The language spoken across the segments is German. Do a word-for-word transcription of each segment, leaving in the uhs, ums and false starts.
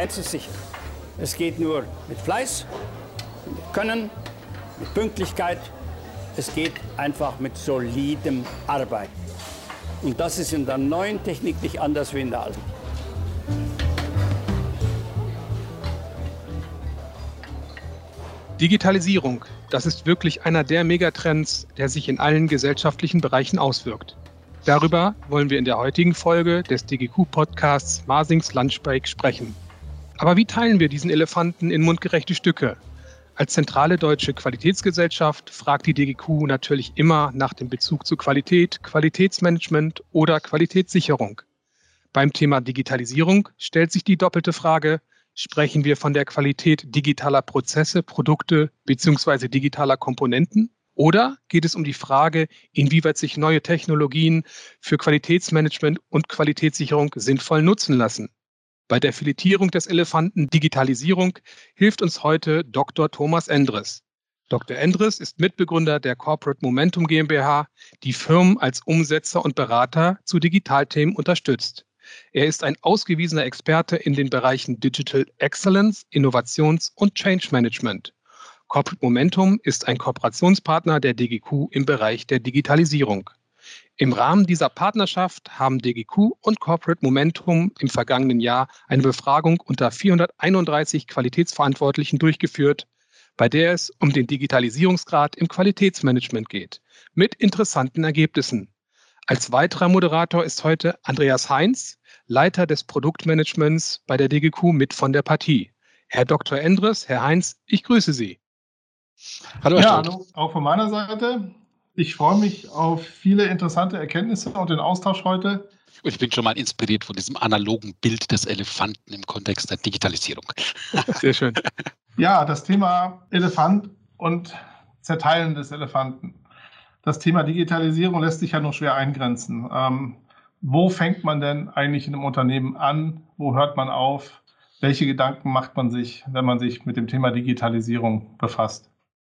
Qualität zu sichern. Es geht nur mit Fleiß, mit Können, mit Pünktlichkeit. Es geht einfach mit solidem Arbeiten. Und das ist in der neuen Technik nicht anders wie in der alten. Digitalisierung, das ist wirklich einer der Megatrends, der sich in allen gesellschaftlichen Bereichen auswirkt. Darüber wollen wir in der heutigen Folge des D G Q-Podcasts Masings Lunchbreak sprechen. Aber wie teilen wir diesen Elefanten in mundgerechte Stücke? Als zentrale deutsche Qualitätsgesellschaft fragt die D G Q natürlich immer nach dem Bezug zu Qualität, Qualitätsmanagement oder Qualitätssicherung. Beim Thema Digitalisierung stellt sich die doppelte Frage: Sprechen wir von der Qualität digitaler Prozesse, Produkte bzw. digitaler Komponenten? Oder geht es um die Frage, inwieweit sich neue Technologien für Qualitätsmanagement und Qualitätssicherung sinnvoll nutzen lassen? Bei der Filetierung des Elefanten Digitalisierung hilft uns heute Doktor Thomas Endres. Doktor Endres ist Mitbegründer der Corporate Momentum GmbH, die Firmen als Umsetzer und Berater zu Digitalthemen unterstützt. Er ist ein ausgewiesener Experte in den Bereichen Digital Excellence, Innovations- und Change Management. Corporate Momentum ist ein Kooperationspartner der D G Q im Bereich der Digitalisierung. Im Rahmen dieser Partnerschaft haben D G Q und Corporate Momentum im vergangenen Jahr eine Befragung unter vierhunderteinunddreißig Qualitätsverantwortlichen durchgeführt, bei der es um den Digitalisierungsgrad im Qualitätsmanagement geht, mit interessanten Ergebnissen. Als weiterer Moderator ist heute Andreas Heinz, Leiter des Produktmanagements bei der D G Q, mit von der Partie. Herr Doktor Endres, Herr Heinz, ich grüße Sie. Hallo, Herr Ja, hallo, auch von meiner Seite. Ich freue mich auf viele interessante Erkenntnisse und den Austausch heute. Und ich bin schon mal inspiriert von diesem analogen Bild des Elefanten im Kontext der Digitalisierung. Sehr schön. Ja, das Thema Elefant und Zerteilen des Elefanten. Das Thema Digitalisierung lässt sich ja nur schwer eingrenzen. Ähm, wo fängt man denn eigentlich in einem Unternehmen an? Wo hört man auf? Welche Gedanken macht man sich, wenn man sich mit dem Thema Digitalisierung befasst?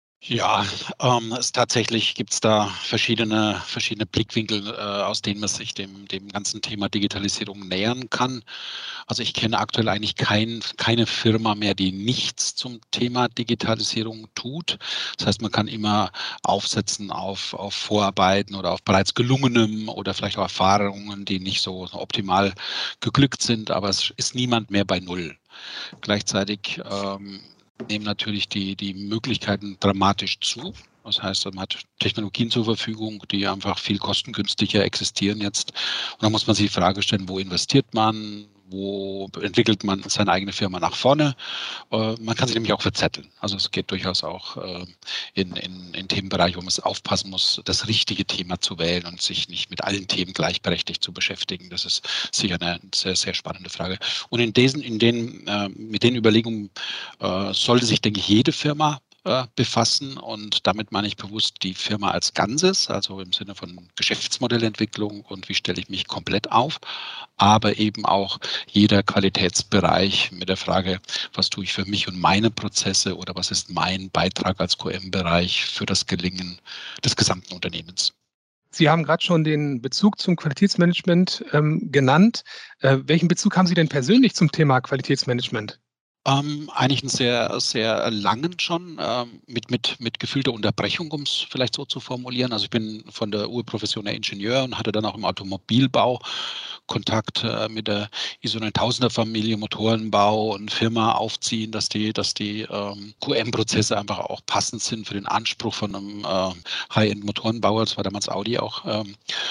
Ja, ähm, es tatsächlich gibt es da verschiedene, verschiedene Blickwinkel, äh, aus denen man sich dem, dem ganzen Thema Digitalisierung nähern kann. Also ich kenne aktuell eigentlich kein, keine Firma mehr, die nichts zum Thema Digitalisierung tut. Das heißt, man kann immer aufsetzen auf, auf Vorarbeiten oder auf bereits gelungenem oder vielleicht auch Erfahrungen, die nicht so optimal geglückt sind, aber es ist niemand mehr bei Null. Gleichzeitig ähm, nehmen natürlich die, die Möglichkeiten dramatisch zu. Das heißt, man hat Technologien zur Verfügung, die einfach viel kostengünstiger existieren jetzt. Und da muss man sich die Frage stellen, wo investiert man? Wo entwickelt man seine eigene Firma nach vorne? Äh, man kann sich nämlich auch verzetteln. Also es geht durchaus auch äh, in, in, in Themenbereiche, wo man aufpassen muss, das richtige Thema zu wählen und sich nicht mit allen Themen gleichberechtigt zu beschäftigen. Das ist sicher eine sehr, sehr spannende Frage. Und in diesen, in den, äh, mit den Überlegungen äh, sollte sich, denke ich, jede Firma befassen, und damit meine ich bewusst die Firma als Ganzes, also im Sinne von Geschäftsmodellentwicklung und wie stelle ich mich komplett auf, aber eben auch jeder Qualitätsbereich mit der Frage, was tue ich für mich und meine Prozesse oder was ist mein Beitrag als Q M-Bereich für das Gelingen des gesamten Unternehmens. Sie haben gerade schon den Bezug zum Qualitätsmanagement ähm, genannt. Äh, welchen Bezug haben Sie denn persönlich zum Thema Qualitätsmanagement? Ähm, eigentlich einen sehr, sehr langen schon, ähm, mit, mit, mit gefühlter Unterbrechung, um es vielleicht so zu formulieren. Also ich bin von der Urprofession der Ingenieur und hatte dann auch im Automobilbau Kontakt äh, mit der I S O neuntausender Familie, Motorenbau und Firma aufziehen, dass die, dass die ähm, Q M-Prozesse einfach auch passend sind für den Anspruch von einem äh, High-End-Motorenbauer. Das war damals Audi auch. Ähm,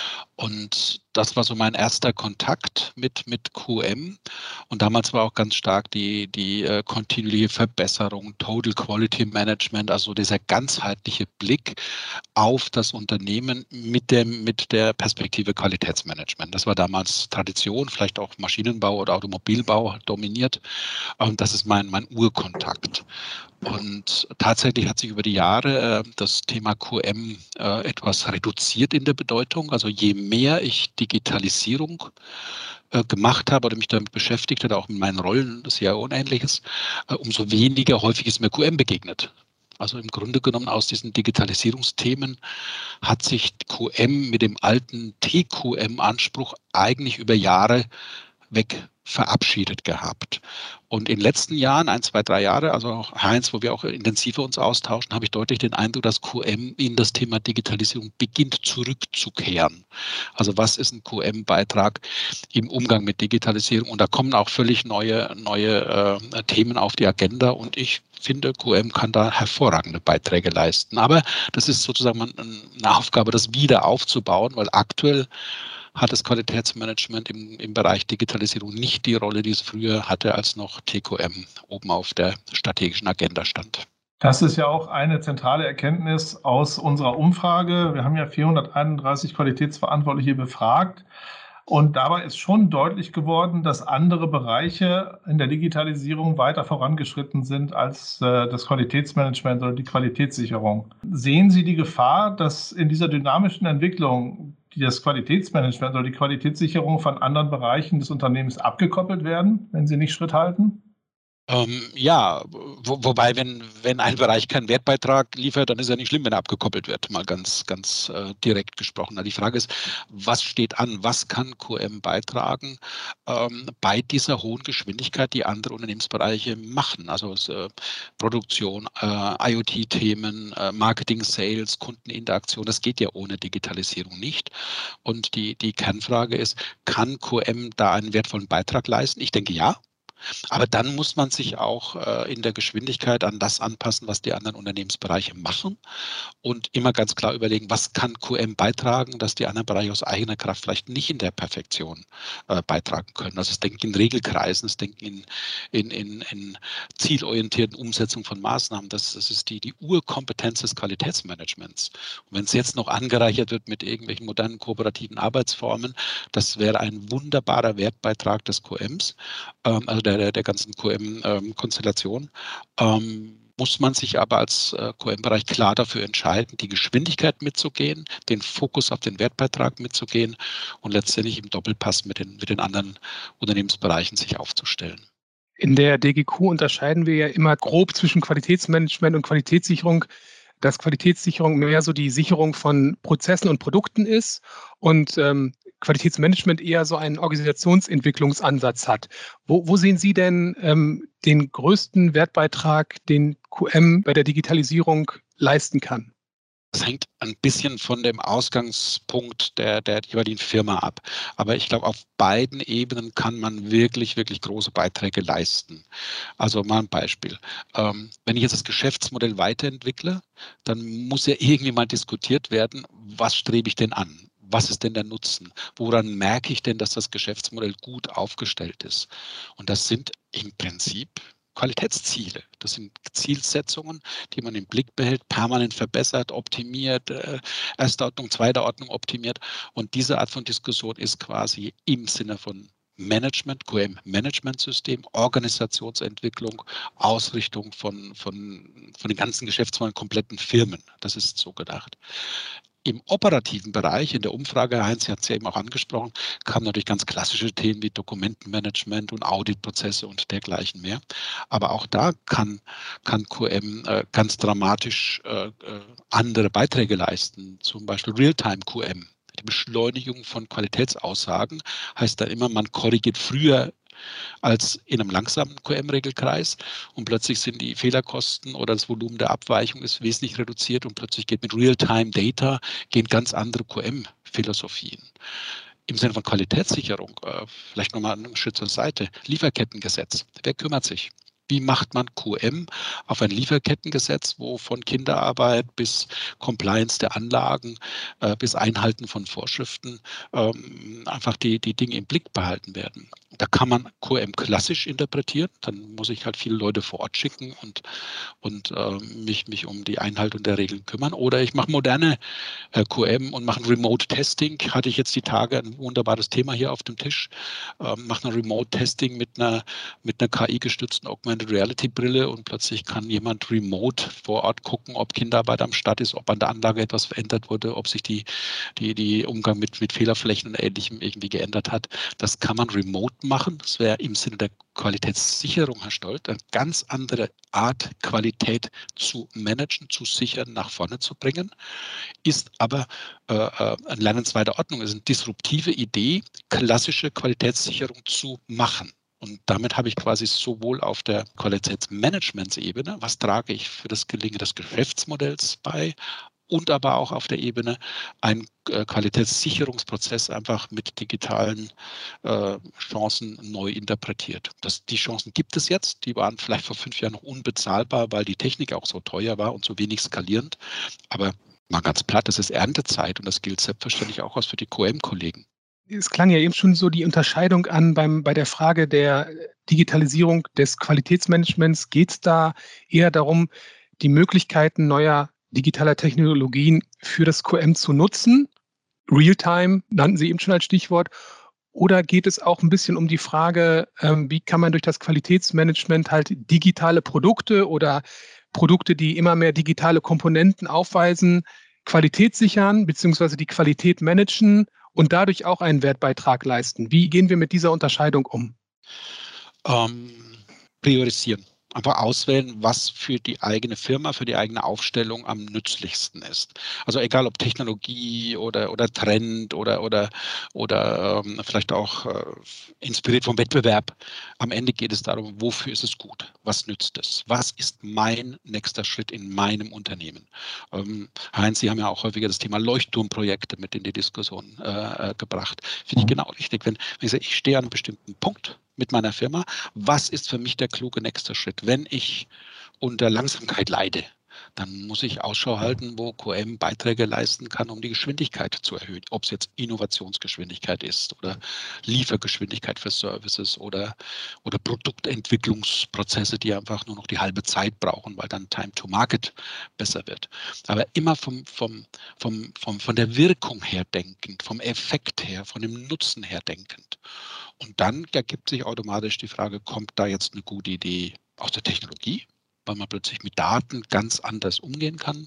und das war so mein erster Kontakt mit, mit Q M. Und damals war auch ganz stark die, die äh, kontinuierliche Verbesserung, Total Quality Management, also dieser ganzheitliche Blick auf das Unternehmen mit, dem, mit der Perspektive Qualitätsmanagement. Das war damals Tradition, vielleicht auch Maschinenbau oder Automobilbau dominiert. Und das ist mein, mein Urkontakt. Und tatsächlich hat sich über die Jahre äh, das Thema Q M äh, etwas reduziert in der Bedeutung. Also je mehr ich Digitalisierung äh, gemacht habe oder mich damit beschäftigt habe, auch mit meinen Rollen, das ist ja unähnliches, äh, umso weniger häufig ist mir Q M begegnet. Also im Grunde genommen aus diesen Digitalisierungsthemen hat sich Q M mit dem alten T Q M-Anspruch eigentlich über Jahre weg verabschiedet gehabt. Und in den letzten Jahren, ein, zwei, drei Jahre, also auch Heinz, wo wir auch intensiver uns austauschen, habe ich deutlich den Eindruck, dass Q M in das Thema Digitalisierung beginnt zurückzukehren. Also was ist ein Q M-Beitrag im Umgang mit Digitalisierung? Und da kommen auch völlig neue, neue äh, Themen auf die Agenda und ich finde, Q M kann da hervorragende Beiträge leisten. Aber das ist sozusagen eine Aufgabe, das wieder aufzubauen, weil aktuell hat das Qualitätsmanagement im, im Bereich Digitalisierung nicht die Rolle, die es früher hatte, als noch T Q M oben auf der strategischen Agenda stand. Das ist ja auch eine zentrale Erkenntnis aus unserer Umfrage. Wir haben ja vierhunderteinunddreißig Qualitätsverantwortliche befragt. Und dabei ist schon deutlich geworden, dass andere Bereiche in der Digitalisierung weiter vorangeschritten sind als äh, das Qualitätsmanagement oder die Qualitätssicherung. Sehen Sie die Gefahr, dass in dieser dynamischen Entwicklung die das Qualitätsmanagement oder die Qualitätssicherung von anderen Bereichen des Unternehmens abgekoppelt werden, wenn sie nicht Schritt halten? Ähm, ja, wo, wobei, wenn, wenn ein Bereich keinen Wertbeitrag liefert, dann ist ja nicht schlimm, wenn er abgekoppelt wird, mal ganz, ganz äh, direkt gesprochen. Die Frage ist, was steht an, was kann Q M beitragen ähm, bei dieser hohen Geschwindigkeit, die andere Unternehmensbereiche machen, also äh, Produktion, äh, I O T-Themen, äh, Marketing, Sales, Kundeninteraktion, das geht ja ohne Digitalisierung nicht. Und die, die Kernfrage ist, kann Q M da einen wertvollen Beitrag leisten? Ich denke, ja. Aber dann muss man sich auch äh, in der Geschwindigkeit an das anpassen, was die anderen Unternehmensbereiche machen und immer ganz klar überlegen, was kann Q M beitragen, dass die anderen Bereiche aus eigener Kraft vielleicht nicht in der Perfektion äh, beitragen können. Also das Denken in Regelkreisen, das Denken in, in, in, in zielorientierten Umsetzung von Maßnahmen, das, das ist die, die Urkompetenz des Qualitätsmanagements. Und wenn es jetzt noch angereichert wird mit irgendwelchen modernen kooperativen Arbeitsformen, das wäre ein wunderbarer Wertbeitrag des Q Ms, ähm, also der Der, der ganzen Q M-Konstellation, ähm, muss man sich aber als äh, Q M-Bereich klar dafür entscheiden, die Geschwindigkeit mitzugehen, den Fokus auf den Wertbeitrag mitzugehen und letztendlich im Doppelpass mit den, mit den anderen Unternehmensbereichen sich aufzustellen. In der D G Q unterscheiden wir ja immer grob zwischen Qualitätsmanagement und Qualitätssicherung, dass Qualitätssicherung mehr so die Sicherung von Prozessen und Produkten ist und ähm, Qualitätsmanagement eher so einen Organisationsentwicklungsansatz hat. Wo, wo sehen Sie denn ähm, den größten Wertbeitrag, den Q M bei der Digitalisierung leisten kann? Das hängt ein bisschen von dem Ausgangspunkt der, der jeweiligen Firma ab. Aber ich glaube, auf beiden Ebenen kann man wirklich, wirklich große Beiträge leisten. Also mal ein Beispiel. Ähm, wenn ich jetzt das Geschäftsmodell weiterentwickle, dann muss ja irgendwie mal diskutiert werden, was strebe ich denn an? Was ist denn der Nutzen? Woran merke ich denn, dass das Geschäftsmodell gut aufgestellt ist? Und das sind im Prinzip Qualitätsziele. Das sind Zielsetzungen, die man im Blick behält, permanent verbessert, optimiert, äh, erste Ordnung, zweite Ordnung optimiert. Und diese Art von Diskussion ist quasi im Sinne von Management, Q M-Managementsystem, Organisationsentwicklung, Ausrichtung von, von, von den ganzen Geschäftsmodellen, kompletten Firmen. Das ist so gedacht. Im operativen Bereich, in der Umfrage, Herr Heinz hat es ja eben auch angesprochen, kamen natürlich ganz klassische Themen wie Dokumentenmanagement und Auditprozesse und dergleichen mehr. Aber auch da kann, kann Q M äh, ganz dramatisch äh, andere Beiträge leisten, zum Beispiel Realtime-Q M. Die Beschleunigung von Qualitätsaussagen heißt dann immer, man korrigiert früher als in einem langsamen Q M-Regelkreis und plötzlich sind die Fehlerkosten oder das Volumen der Abweichung ist wesentlich reduziert und plötzlich geht mit Real-Time-Data gehen ganz andere Q M-Philosophien. Im Sinne von Qualitätssicherung, äh, vielleicht nochmal einen Schritt zur Seite, Lieferkettengesetz, wer kümmert sich? Wie macht man Q M auf ein Lieferkettengesetz, wo von Kinderarbeit bis Compliance der Anlagen äh, bis Einhalten von Vorschriften ähm, einfach die, die Dinge im Blick behalten werden? Da kann man Q M klassisch interpretieren, dann muss ich halt viele Leute vor Ort schicken und, und äh, mich, mich um die Einhaltung der Regeln kümmern. Oder ich mache moderne äh, Q M und mache ein Remote-Testing. Hatte ich jetzt die Tage ein wunderbares Thema hier auf dem Tisch. Ähm, mache ein Remote-Testing mit einer, mit einer K I-gestützten Augmented Augmented Reality Brille und plötzlich kann jemand remote vor Ort gucken, ob Kinderarbeit am Start ist, ob an der Anlage etwas verändert wurde, ob sich die, die, die Umgang mit, mit Fehlerflächen und Ähnlichem irgendwie geändert hat. Das kann man remote machen. Das wäre im Sinne der Qualitätssicherung, Herr Stolt, eine ganz andere Art, Qualität zu managen, zu sichern, nach vorne zu bringen, ist aber äh, ein Lernen zweiter Ordnung, ist eine disruptive Idee, klassische Qualitätssicherung zu machen. Und damit habe ich quasi sowohl auf der Qualitätsmanagementsebene, was trage ich für das Gelingen des Geschäftsmodells bei, und aber auch auf der Ebene einen äh, Qualitätssicherungsprozess einfach mit digitalen äh, Chancen neu interpretiert. Das, die Chancen gibt es jetzt, die waren vielleicht vor fünf Jahren noch unbezahlbar, weil die Technik auch so teuer war und so wenig skalierend. Aber mal ganz platt, das ist Erntezeit und das gilt selbstverständlich auch für die Q M-Kollegen. Es klang ja eben schon so die Unterscheidung an beim, bei der Frage der Digitalisierung des Qualitätsmanagements. Geht es da eher darum, die Möglichkeiten neuer digitaler Technologien für das Q M zu nutzen? Realtime nannten Sie eben schon als Stichwort. Oder geht es auch ein bisschen um die Frage, ähm, wie kann man durch das Qualitätsmanagement halt digitale Produkte oder Produkte, die immer mehr digitale Komponenten aufweisen, Qualität sichern bzw. die Qualität managen und dadurch auch einen Wertbeitrag leisten? Wie gehen wir mit dieser Unterscheidung um? Ähm, priorisieren. Einfach auswählen, was für die eigene Firma, für die eigene Aufstellung am nützlichsten ist. Also egal ob Technologie oder, oder Trend oder, oder, oder ähm, vielleicht auch äh, inspiriert vom Wettbewerb. Am Ende geht es darum, wofür ist es gut? Was nützt es? Was ist mein nächster Schritt in meinem Unternehmen? Ähm, Heinz, Sie haben ja auch häufiger das Thema Leuchtturmprojekte mit in die Diskussion äh, gebracht. Finde ich genau richtig. Wenn, wenn ich sage, ich stehe an einem bestimmten Punkt mit meiner Firma, was ist für mich der kluge nächste Schritt? Wenn ich unter Langsamkeit leide, dann muss ich Ausschau halten, wo Q M Beiträge leisten kann, um die Geschwindigkeit zu erhöhen. Ob es jetzt Innovationsgeschwindigkeit ist oder Liefergeschwindigkeit für Services oder, oder Produktentwicklungsprozesse, die einfach nur noch die halbe Zeit brauchen, weil dann Time to Market besser wird. Aber immer vom, vom, vom, vom, von der Wirkung her denkend, vom Effekt her, von dem Nutzen her denkend. Und dann ergibt sich automatisch die Frage, kommt da jetzt eine gute Idee aus der Technologie, weil man plötzlich mit Daten ganz anders umgehen kann?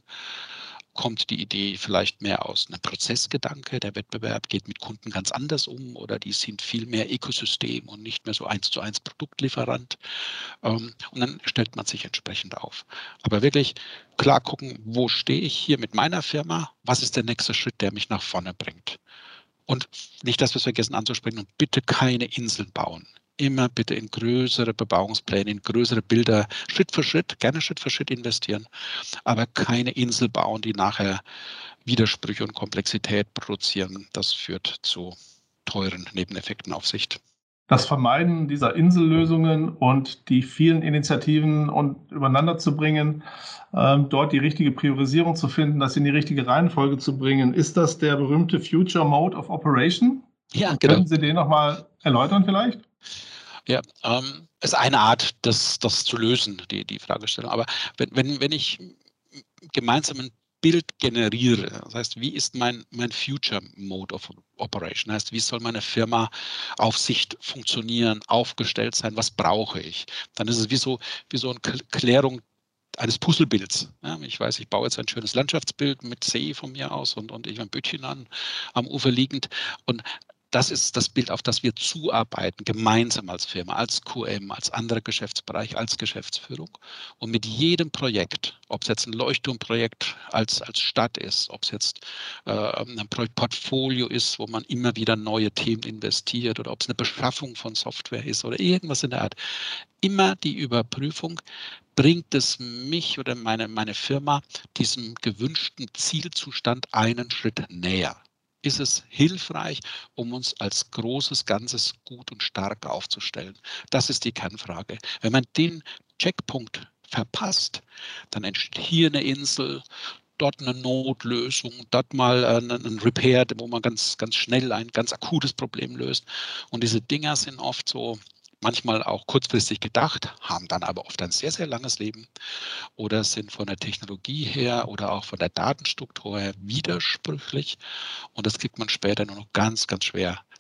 Kommt die Idee vielleicht mehr aus einem Prozessgedanke? Der Wettbewerb geht mit Kunden ganz anders um oder die sind viel mehr Ökosystem und nicht mehr so eins zu eins Produktlieferant. Und dann stellt man sich entsprechend auf. Aber wirklich klar gucken, wo stehe ich hier mit meiner Firma? Was ist der nächste Schritt, der mich nach vorne bringt? Und nicht, dass wir es vergessen anzusprechen, und bitte keine Inseln bauen. Immer bitte in größere Bebauungspläne, in größere Bilder, Schritt für Schritt, gerne Schritt für Schritt investieren, aber keine Insel bauen, die nachher Widersprüche und Komplexität produzieren. Das führt zu teuren Nebeneffekten auf Sicht. Das Vermeiden dieser Insellösungen und die vielen Initiativen und übereinander zu bringen, ähm, dort die richtige Priorisierung zu finden, das in die richtige Reihenfolge zu bringen, ist das der berühmte Future Mode of Operation? Ja, und genau. Können Sie den nochmal erläutern vielleicht? Ja, ähm, ist eine Art, das, das zu lösen, die, die Fragestellung. Aber wenn, wenn, wenn ich gemeinsam ein Bild generiere, das heißt, wie ist mein, mein Future Mode of Operation, das heißt, wie soll meine Firma auf Sicht funktionieren, aufgestellt sein, was brauche ich? Dann ist es wie so, wie so eine Klärung eines Puzzlebilds. Ja, ich weiß, ich baue jetzt ein schönes Landschaftsbild mit See von mir aus und, und ich ein Bötchen an, am Ufer liegend. Und das ist das Bild, auf das wir zuarbeiten, gemeinsam als Firma, als Q M, als anderer Geschäftsbereich, als Geschäftsführung. Und mit jedem Projekt, ob es jetzt ein Leuchtturmprojekt als, als Stadt ist, ob es jetzt äh, ein Portfolio ist, wo man immer wieder neue Themen investiert oder ob es eine Beschaffung von Software ist oder irgendwas in der Art, immer die Überprüfung, bringt es mich oder meine, meine Firma diesem gewünschten Zielzustand einen Schritt näher? Ist es hilfreich, um uns als großes Ganzes gut und stark aufzustellen? Das ist die Kernfrage. Wenn man den Checkpunkt verpasst, dann entsteht hier eine Insel, dort eine Notlösung, dort mal ein Repair, wo man ganz, ganz schnell ein ganz akutes Problem löst. Und diese Dinger sind oft so manchmal auch kurzfristig gedacht, haben dann aber oft ein sehr, sehr langes Leben oder sind von der Technologie her oder auch von der Datenstruktur her widersprüchlich. Und das kriegt man später nur noch ganz, ganz schwer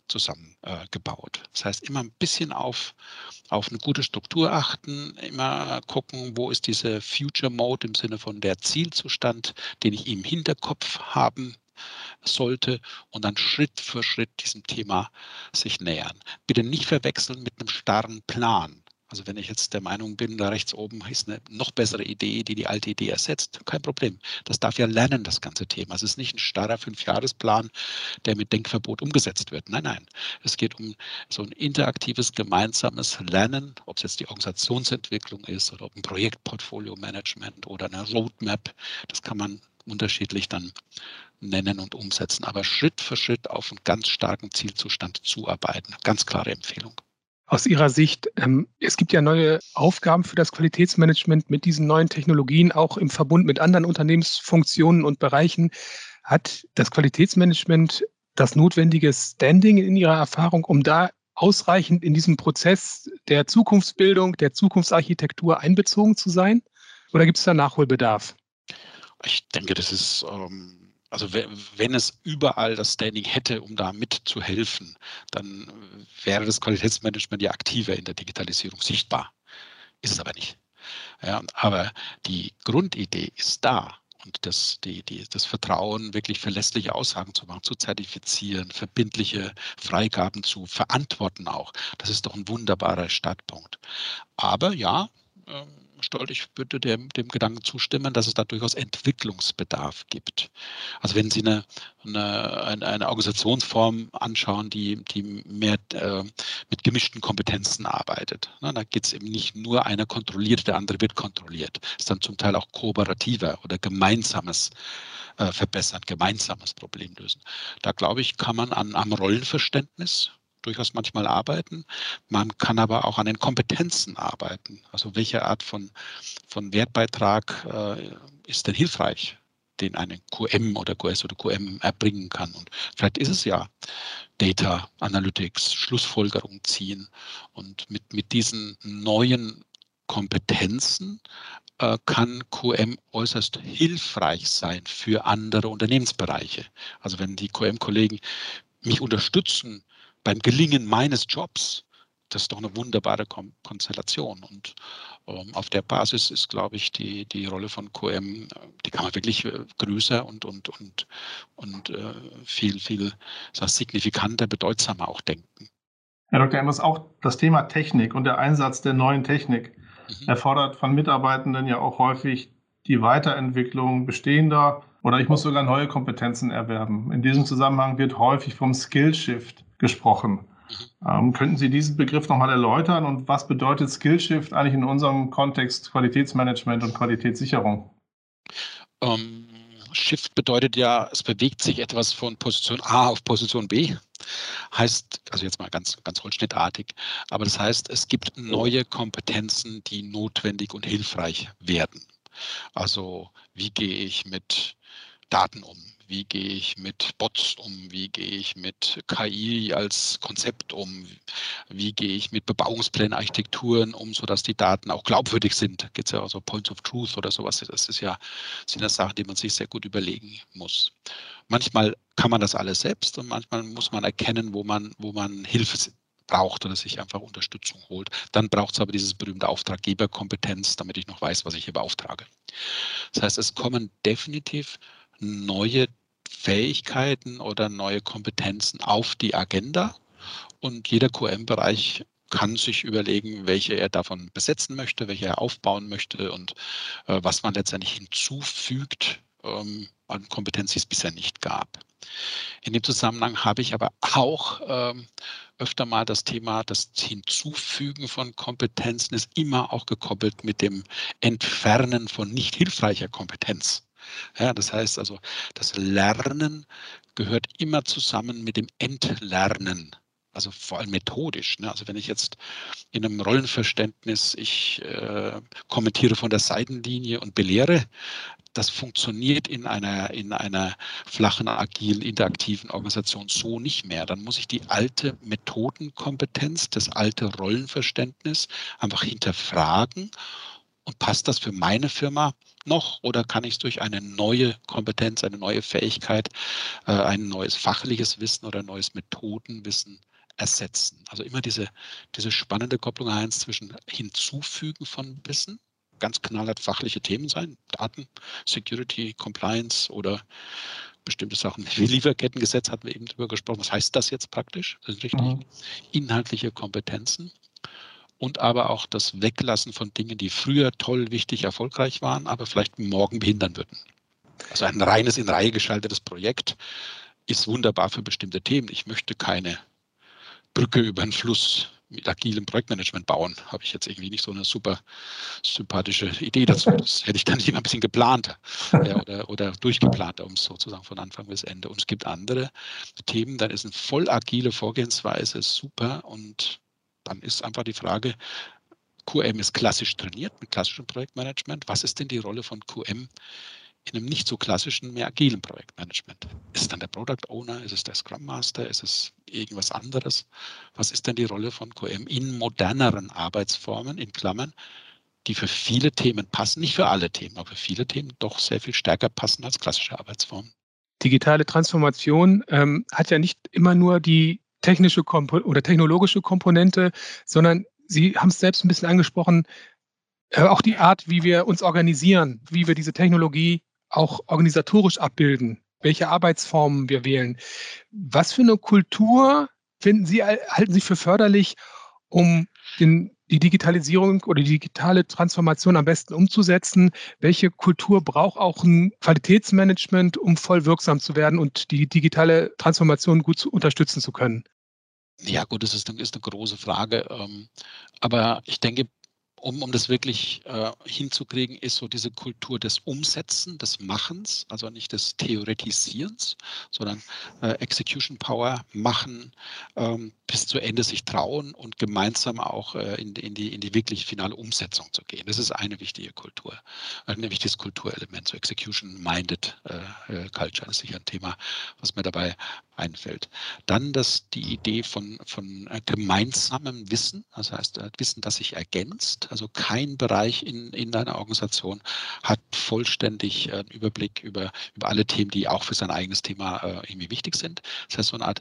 zusammengebaut. Äh, das heißt, immer ein bisschen auf, auf eine gute Struktur achten, immer gucken, wo ist diese Future Mode im Sinne von der Zielzustand, den ich im Hinterkopf haben sollte und dann Schritt für Schritt diesem Thema sich nähern. Bitte nicht verwechseln mit einem starren Plan. Also wenn ich jetzt der Meinung bin, da rechts oben ist eine noch bessere Idee, die die alte Idee ersetzt, kein Problem. Das darf ja lernen, das ganze Thema. Es ist nicht ein starrer Fünfjahresplan, der mit Denkverbot umgesetzt wird. Nein, nein. Es geht um so ein interaktives, gemeinsames Lernen, ob es jetzt die Organisationsentwicklung ist oder ob ein Projektportfolio-Management oder eine Roadmap. Das kann man unterschiedlich dann nennen und umsetzen, aber Schritt für Schritt auf einen ganz starken Zielzustand zuarbeiten. Ganz klare Empfehlung. Aus Ihrer Sicht, ähm, es gibt ja neue Aufgaben für das Qualitätsmanagement mit diesen neuen Technologien, auch im Verbund mit anderen Unternehmensfunktionen und Bereichen. Hat das Qualitätsmanagement das notwendige Standing in Ihrer Erfahrung, um da ausreichend in diesem Prozess der Zukunftsbildung, der Zukunftsarchitektur einbezogen zu sein? Oder gibt es da Nachholbedarf? Ich denke, das ist... Ähm Also wenn es überall das Standing hätte, um da mitzuhelfen, dann wäre das Qualitätsmanagement ja aktiver in der Digitalisierung sichtbar. Ist es aber nicht. Ja, aber die Grundidee ist da. Und das, die, die, das Vertrauen, wirklich verlässliche Aussagen zu machen, zu zertifizieren, verbindliche Freigaben zu verantworten auch, das ist doch ein wunderbarer Startpunkt. Aber ja, ähm, Stolt, ich würde dem, dem Gedanken zustimmen, dass es da durchaus Entwicklungsbedarf gibt. Also wenn Sie eine, eine, eine Organisationsform anschauen, die, die mehr äh, mit gemischten Kompetenzen arbeitet, ne, da geht es eben nicht nur einer kontrolliert, der andere wird kontrolliert. Es ist dann zum Teil auch kooperativer oder gemeinsames äh, Verbessern, gemeinsames Problem lösen. Da glaube ich, kann man an, am Rollenverständnis durchaus manchmal arbeiten. Man kann aber auch an den Kompetenzen arbeiten. Also welche Art von, von Wertbeitrag äh, ist denn hilfreich, den eine Q M oder Q S oder Q M erbringen kann. Und vielleicht ist es ja Data Analytics, Schlussfolgerungen ziehen. Und mit, mit diesen neuen Kompetenzen äh, kann Q M äußerst hilfreich sein für andere Unternehmensbereiche. Also wenn die Q M-Kollegen mich unterstützen beim Gelingen meines Jobs, das ist doch eine wunderbare Kon- Konstellation. Und ähm, auf der Basis ist, glaube ich, die, die Rolle von Q M, die kann man wirklich äh, größer und, und, und, und äh, viel, viel so signifikanter, bedeutsamer auch denken. Herr Doktor Embers, auch das Thema Technik und der Einsatz der neuen Technik mhm. erfordert von Mitarbeitenden ja auch häufig die Weiterentwicklung bestehender oder ich muss sogar neue Kompetenzen erwerben. In diesem Zusammenhang wird häufig vom Skillshift gesprochen. Mhm. Ähm, könnten Sie diesen Begriff nochmal erläutern und was bedeutet Skillshift eigentlich in unserem Kontext Qualitätsmanagement und Qualitätssicherung? Um, Shift bedeutet ja, es bewegt sich etwas von Position A auf Position B. Heißt, also jetzt mal ganz, ganz holzschnittartig, aber das heißt, es gibt neue Kompetenzen, die notwendig und hilfreich werden. Also wie gehe ich mit Daten um? Wie gehe ich mit Bots um? Wie gehe ich mit K I als Konzept um? Wie gehe ich mit Bebauungsplänen, Architekturen um, sodass die Daten auch glaubwürdig sind? Da gibt es ja auch so Points of Truth oder sowas. Das ist ja, sind ja Sachen, die man sich sehr gut überlegen muss. Manchmal kann man das alles selbst und manchmal muss man erkennen, wo man, wo man Hilfe braucht oder sich einfach Unterstützung holt. Dann braucht es aber dieses berühmte Auftraggeberkompetenz, damit ich noch weiß, was ich hier beauftrage. Das heißt, es kommen definitiv neue Fähigkeiten oder neue Kompetenzen auf die Agenda und jeder Q M-Bereich kann sich überlegen, welche er davon besetzen möchte, welche er aufbauen möchte und äh, was man letztendlich hinzufügt ähm, an Kompetenz, die es bisher nicht gab. In dem Zusammenhang habe ich aber auch ähm, öfter mal das Thema, das Hinzufügen von Kompetenzen ist immer auch gekoppelt mit dem Entfernen von nicht hilfreicher Kompetenz. Ja, das heißt also, das Lernen gehört immer zusammen mit dem Entlernen, also vor allem methodisch. Ne? Also wenn ich jetzt in einem Rollenverständnis, ich äh, kommentiere von der Seitenlinie und belehre, das funktioniert in einer, in einer flachen, agilen, interaktiven Organisation so nicht mehr. Dann muss ich die alte Methodenkompetenz, das alte Rollenverständnis einfach hinterfragen. Und passt das für meine Firma noch oder kann ich es durch eine neue Kompetenz, eine neue Fähigkeit, äh, ein neues fachliches Wissen oder ein neues Methodenwissen ersetzen? Also immer diese, diese spannende Kopplung eins zwischen Hinzufügen von Wissen, ganz knallhart fachliche Themen sein, Daten, Security, Compliance oder bestimmte Sachen. Wie Lieferkettengesetz hatten wir eben drüber gesprochen. Was heißt das jetzt praktisch? Das sind richtig mhm. inhaltliche Kompetenzen. Und aber auch das Weglassen von Dingen, die früher toll, wichtig, erfolgreich waren, aber vielleicht morgen behindern würden. Also ein reines in Reihe geschaltetes Projekt ist wunderbar für bestimmte Themen. Ich möchte keine Brücke über einen Fluss mit agilem Projektmanagement bauen. Habe ich jetzt irgendwie nicht so eine super sympathische Idee dazu. Das hätte ich dann lieber ein bisschen geplant ja, oder, oder durchgeplant, um es sozusagen von Anfang bis Ende. Und es gibt andere Themen, dann ist eine voll agile Vorgehensweise super und dann ist einfach die Frage, Q M ist klassisch trainiert mit klassischem Projektmanagement. Was ist denn die Rolle von Q M in einem nicht so klassischen, mehr agilen Projektmanagement? Ist es dann der Product Owner? Ist es der Scrum Master? Ist es irgendwas anderes? Was ist denn die Rolle von Q M in moderneren Arbeitsformen, in Klammern, die für viele Themen passen, nicht für alle Themen, aber für viele Themen doch sehr viel stärker passen als klassische Arbeitsformen? Digitale Transformation ähm, hat ja nicht immer nur die technische Kompo- oder technologische Komponente, sondern Sie haben es selbst ein bisschen angesprochen, äh, auch die Art, wie wir uns organisieren, wie wir diese Technologie auch organisatorisch abbilden, welche Arbeitsformen wir wählen. Was für eine Kultur finden Sie, halten Sie für förderlich, um den, die Digitalisierung oder die digitale Transformation am besten umzusetzen? Welche Kultur braucht auch ein Qualitätsmanagement, um voll wirksam zu werden und die digitale Transformation gut zu unterstützen zu können? Ja gut, das ist, ist eine große Frage. Ähm, aber ich denke, um, um das wirklich äh, hinzukriegen, ist so diese Kultur des Umsetzen, des Machens, also nicht des Theoretisierens, sondern äh, Execution Power machen, ähm, bis zu Ende sich trauen und gemeinsam auch äh, in, in, die, in die wirklich finale Umsetzung zu gehen. Das ist eine wichtige Kultur, äh, nämlich das Kulturelement, so Execution-Minded äh, Culture, das ist sicher ein Thema, was mir dabei einfällt. Dann das, die Idee von, von äh, gemeinsamem Wissen, das heißt äh, Wissen, das sich ergänzt. Also kein Bereich in, in einer Organisation hat vollständig äh, einen Überblick über, über alle Themen, die auch für sein eigenes Thema äh, irgendwie wichtig sind. Das heißt, so eine Art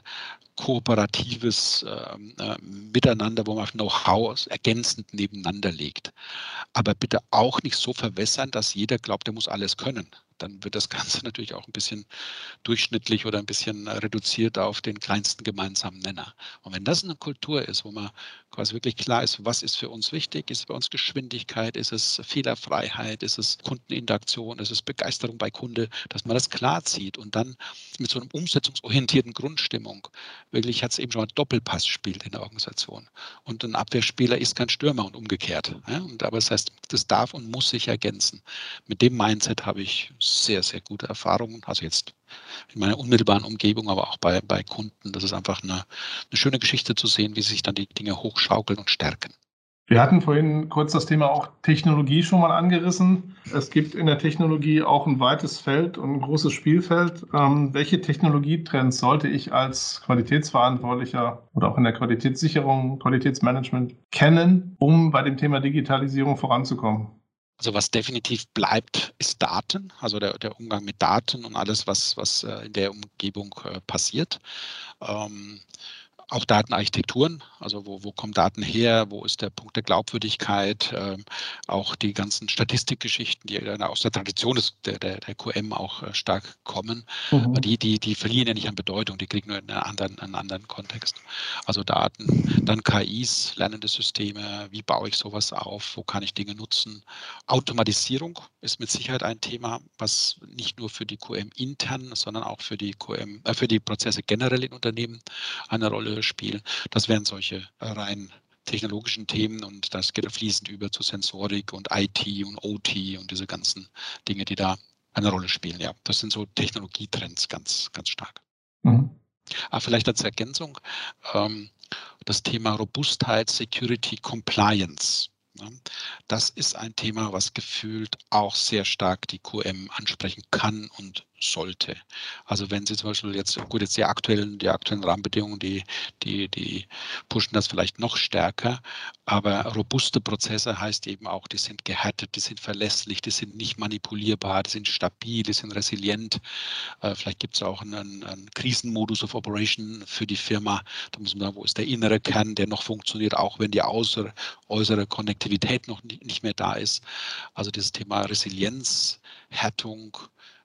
kooperatives äh, äh, Miteinander, wo man Know-how ergänzend nebeneinander legt. Aber bitte auch nicht so verwässern, dass jeder glaubt, er muss alles können. Dann wird das Ganze natürlich auch ein bisschen durchschnittlich oder ein bisschen reduziert auf den kleinsten gemeinsamen Nenner. Und wenn das eine Kultur ist, wo man quasi wirklich klar ist, was ist für uns wichtig, ist es bei uns Geschwindigkeit, ist es Fehlerfreiheit, ist es Kundeninteraktion, ist es Begeisterung bei Kunde, dass man das klar zieht und dann mit so einem umsetzungsorientierten Grundstimmung wirklich, hat es eben schon mal Doppelpass spielt in der Organisation. Und ein Abwehrspieler ist kein Stürmer und umgekehrt. Ja? Und, aber das heißt, das darf und muss sich ergänzen. Mit dem Mindset habe ich sehr, sehr gute Erfahrungen. Also jetzt in meiner unmittelbaren Umgebung, aber auch bei, bei Kunden. Das ist einfach eine, eine schöne Geschichte zu sehen, wie sich dann die Dinge hochschaukeln und stärken. Wir hatten vorhin kurz das Thema auch Technologie schon mal angerissen. Es gibt in der Technologie auch ein weites Feld und ein großes Spielfeld. Ähm, welche Technologietrends sollte ich als Qualitätsverantwortlicher oder auch in der Qualitätssicherung, Qualitätsmanagement kennen, um bei dem Thema Digitalisierung voranzukommen? Also was definitiv bleibt, ist Daten, also der, der Umgang mit Daten und alles, was, was in der Umgebung äh, passiert. Ähm, Auch Datenarchitekturen, also wo, wo kommen Daten her, wo ist der Punkt der Glaubwürdigkeit, ähm, auch die ganzen Statistikgeschichten, die aus der Tradition des, der, der, der Q M auch äh, stark kommen, mhm. die, die, die verlieren ja nicht an Bedeutung, die kriegen nur in einen anderen, einen anderen Kontext. Also Daten, dann K Is, lernende Systeme, wie baue ich sowas auf, wo kann ich Dinge nutzen. Automatisierung ist mit Sicherheit ein Thema, was nicht nur für die Q M intern, sondern auch für die Q M, äh, für die Prozesse generell in Unternehmen eine Rolle spielen. Das wären solche rein technologischen Themen und das geht fließend über zu Sensorik und I T und O T und diese ganzen Dinge, die da eine Rolle spielen. Ja, das sind so Technologietrends ganz, ganz stark. Mhm. Aber vielleicht als Ergänzung ähm, das Thema Robustheit, Security, Compliance. Das ist ein Thema, was gefühlt auch sehr stark die Q M ansprechen kann und sollte. Also wenn Sie zum Beispiel jetzt, gut, jetzt die aktuellen, die aktuellen Rahmenbedingungen, die, die, die pushen das vielleicht noch stärker, aber robuste Prozesse heißt eben auch, die sind gehärtet, die sind verlässlich, die sind nicht manipulierbar, die sind stabil, die sind resilient. Äh, vielleicht gibt es auch einen, einen Krisenmodus of Operation für die Firma. Da muss man sagen, wo ist der innere Kern, der noch funktioniert, auch wenn die äußere, äußere Konnektivität noch nicht mehr da ist. Also dieses Thema Resilienz, Härtung,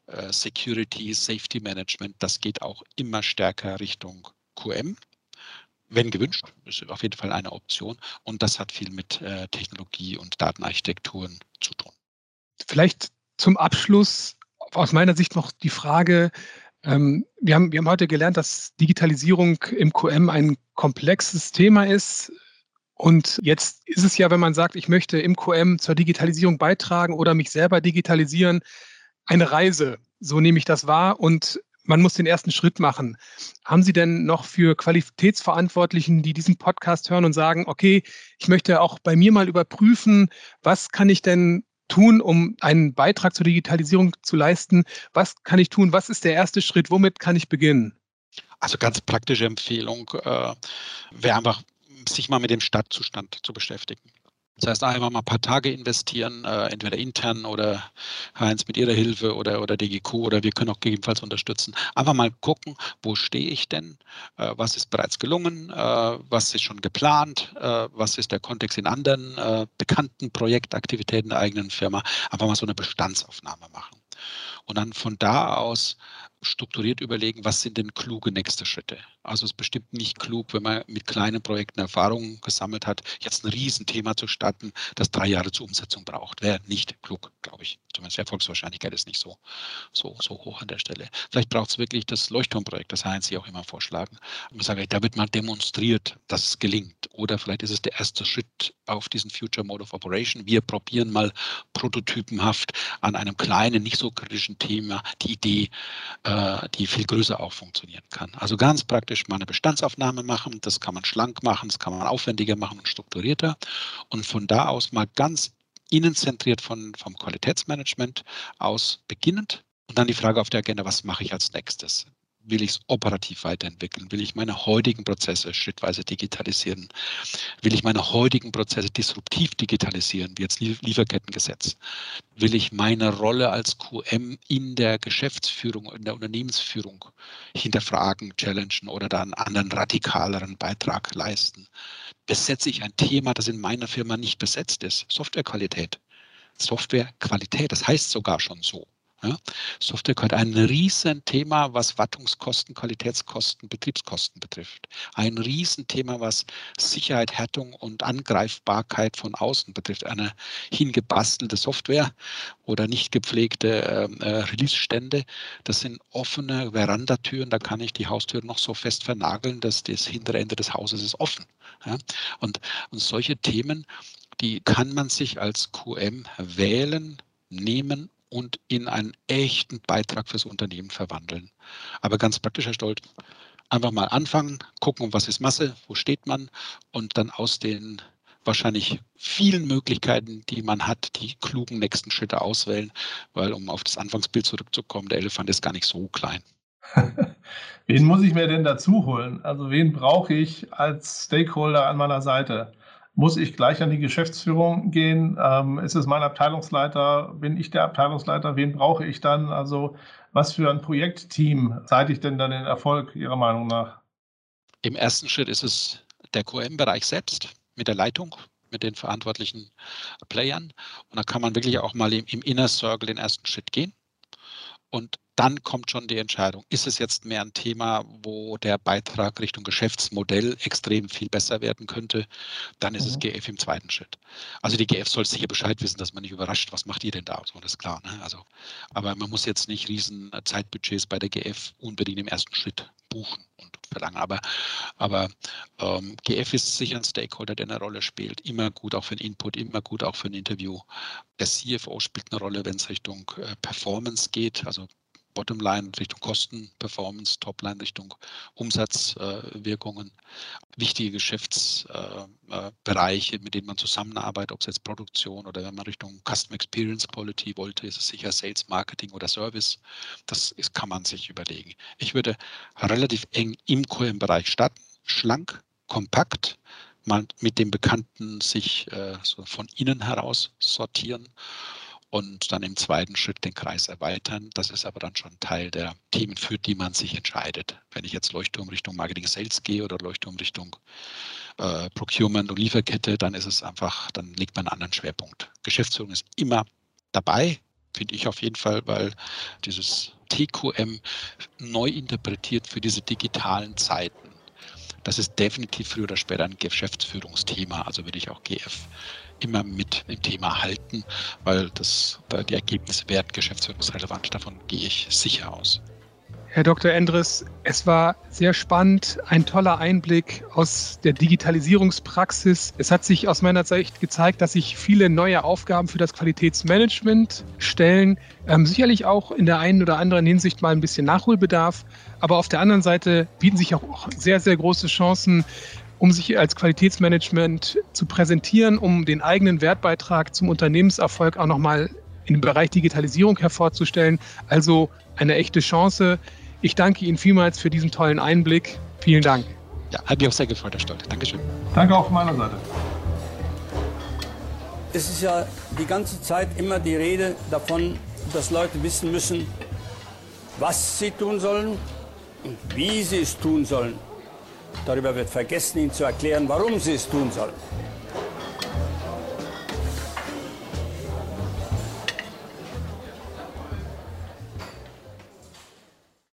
Security, Safety Management, das geht auch immer stärker Richtung Q M. Wenn gewünscht, ist auf jeden Fall eine Option. Und das hat viel mit äh, Technologie und Datenarchitekturen zu tun. Vielleicht zum Abschluss aus meiner Sicht noch die Frage, ähm, wir haben, wir haben heute gelernt, dass Digitalisierung im Q M ein komplexes Thema ist. Und jetzt ist es ja, wenn man sagt, ich möchte im Q M zur Digitalisierung beitragen oder mich selber digitalisieren, eine Reise, so nehme ich das wahr, und man muss den ersten Schritt machen. Haben Sie denn noch für Qualitätsverantwortlichen, die diesen Podcast hören und sagen, okay, ich möchte auch bei mir mal überprüfen, was kann ich denn tun, um einen Beitrag zur Digitalisierung zu leisten? Was kann ich tun? Was ist der erste Schritt? Womit kann ich beginnen? Also ganz praktische Empfehlung äh, wäre einfach, sich mal mit dem Stadtzustand zu beschäftigen. Das heißt, einfach mal ein paar Tage investieren, äh, entweder intern oder Heinz mit Ihrer Hilfe oder, oder D G Q, oder wir können auch gegebenenfalls unterstützen. Einfach mal gucken, wo stehe ich denn, äh, was ist bereits gelungen, äh, was ist schon geplant, äh, was ist der Kontext in anderen äh, bekannten Projektaktivitäten der eigenen Firma. Einfach mal so eine Bestandsaufnahme machen. Und dann von da aus strukturiert überlegen, was sind denn kluge nächste Schritte. Also es ist bestimmt nicht klug, wenn man mit kleinen Projekten Erfahrungen gesammelt hat, jetzt ein Riesenthema zu starten, das drei Jahre zur Umsetzung braucht. Wäre nicht klug, glaube ich. Zumindest die Erfolgswahrscheinlichkeit ist nicht so, so, so hoch an der Stelle. Vielleicht braucht es wirklich das Leuchtturmprojekt, das Heinz Sie auch immer vorschlagen. Und ich sage, da wird mal demonstriert, dass es gelingt. Oder vielleicht ist es der erste Schritt auf diesen Future Mode of Operation. Wir probieren mal prototypenhaft an einem kleinen, nicht so kritischen Thema die Idee, äh, die viel größer auch funktionieren kann. Also ganz praktisch mal eine Bestandsaufnahme machen. Das kann man schlank machen, das kann man aufwendiger machen und strukturierter. Und von da aus mal ganz innenzentriert von, vom Qualitätsmanagement aus beginnend. Und dann die Frage auf der Agenda, was mache ich als nächstes? Will ich es operativ weiterentwickeln? Will ich meine heutigen Prozesse schrittweise digitalisieren? Will ich meine heutigen Prozesse disruptiv digitalisieren, wie jetzt Lieferkettengesetz? Will ich meine Rolle als Q M in der Geschäftsführung, in der Unternehmensführung hinterfragen, challengen oder da einen anderen radikaleren Beitrag leisten? Besetze ich ein Thema, das in meiner Firma nicht besetzt ist? Softwarequalität. Softwarequalität, das heißt sogar schon so. Ja, Software gehört ein Riesenthema, was Wartungskosten, Qualitätskosten, Betriebskosten betrifft. Ein Riesenthema, was Sicherheit, Härtung und Angreifbarkeit von außen betrifft. Eine hingebastelte Software oder nicht gepflegte äh, Release-Stände, das sind offene Verandatüren, da kann ich die Haustür noch so fest vernageln, dass das hintere Ende des Hauses ist offen. Ja, und, und solche Themen, die kann man sich als Q M wählen, nehmen und in einen echten Beitrag fürs Unternehmen verwandeln. Aber ganz praktisch, Herr Stolt, einfach mal anfangen, gucken, was ist Masse, wo steht man, und dann aus den wahrscheinlich vielen Möglichkeiten, die man hat, die klugen nächsten Schritte auswählen, weil, um auf das Anfangsbild zurückzukommen, der Elefant ist gar nicht so klein. Wen muss ich mir denn dazu holen? Also wen brauche ich als Stakeholder an meiner Seite? Muss ich gleich an die Geschäftsführung gehen? Ähm, ist es mein Abteilungsleiter? Bin ich der Abteilungsleiter? Wen brauche ich dann? Also was für ein Projektteam zeitigt denn dann den Erfolg Ihrer Meinung nach? Im ersten Schritt ist es der Q M-Bereich selbst mit der Leitung, mit den verantwortlichen Playern. Und da kann man wirklich auch mal im, im Inner Circle den ersten Schritt gehen. Und dann kommt schon die Entscheidung, ist es jetzt mehr ein Thema, wo der Beitrag Richtung Geschäftsmodell extrem viel besser werden könnte, dann ist mhm. es G F im zweiten Schritt. Also die G F soll sicher Bescheid wissen, dass man nicht überrascht, was macht ihr denn da? So, das ist klar. Ne? Also, aber man muss jetzt nicht riesen Zeitbudgets bei der G F unbedingt im ersten Schritt buchen und verlangen. Aber, aber ähm, G F ist sicher ein Stakeholder, der eine Rolle spielt. Immer gut auch für einen Input, immer gut auch für ein Interview. Der C F O spielt eine Rolle, wenn es Richtung äh, Performance geht, also Bottomline Richtung Kosten, Performance, Topline Richtung Umsatzwirkungen, äh, wichtige Geschäftsbereiche, äh, mit denen man zusammenarbeitet, ob es jetzt Produktion oder wenn man Richtung Customer Experience Quality wollte, ist es sicher Sales, Marketing oder Service. Das ist, kann man sich überlegen. Ich würde relativ eng im Core-Bereich starten, schlank, kompakt, mal mit dem Bekannten sich äh, so von innen heraus sortieren und dann im zweiten Schritt den Kreis erweitern. Das ist aber dann schon Teil der Themen, für die man sich entscheidet. Wenn ich jetzt Leuchtturm Richtung Marketing Sales gehe oder Leuchtturm Richtung äh, Procurement und Lieferkette, dann ist es einfach, dann legt man einen anderen Schwerpunkt. Geschäftsführung ist immer dabei, finde ich auf jeden Fall, weil dieses T Q M neu interpretiert für diese digitalen Zeiten. Das ist definitiv früher oder später ein Geschäftsführungsthema. Also würde ich auch G F immer mit im Thema halten, weil das, die Ergebnisse werden geschäftsführungsrelevant. Davon gehe ich sicher aus. Herr Doktor Endres, es war sehr spannend, ein toller Einblick aus der Digitalisierungspraxis. Es hat sich aus meiner Sicht gezeigt, dass sich viele neue Aufgaben für das Qualitätsmanagement stellen. Ähm, sicherlich auch in der einen oder anderen Hinsicht mal ein bisschen Nachholbedarf. Aber auf der anderen Seite bieten sich auch sehr, sehr große Chancen, um sich als Qualitätsmanagement zu präsentieren, um den eigenen Wertbeitrag zum Unternehmenserfolg auch nochmal im Bereich Digitalisierung hervorzustellen. Also eine echte Chance. Ich danke Ihnen vielmals für diesen tollen Einblick. Vielen Dank. Ja, hat mich auch sehr gefreut, Herr Stolte. Dankeschön. Danke auch von meiner Seite. Es ist ja die ganze Zeit immer die Rede davon, dass Leute wissen müssen, was sie tun sollen und wie sie es tun sollen. Darüber wird vergessen, ihnen zu erklären, warum sie es tun sollen.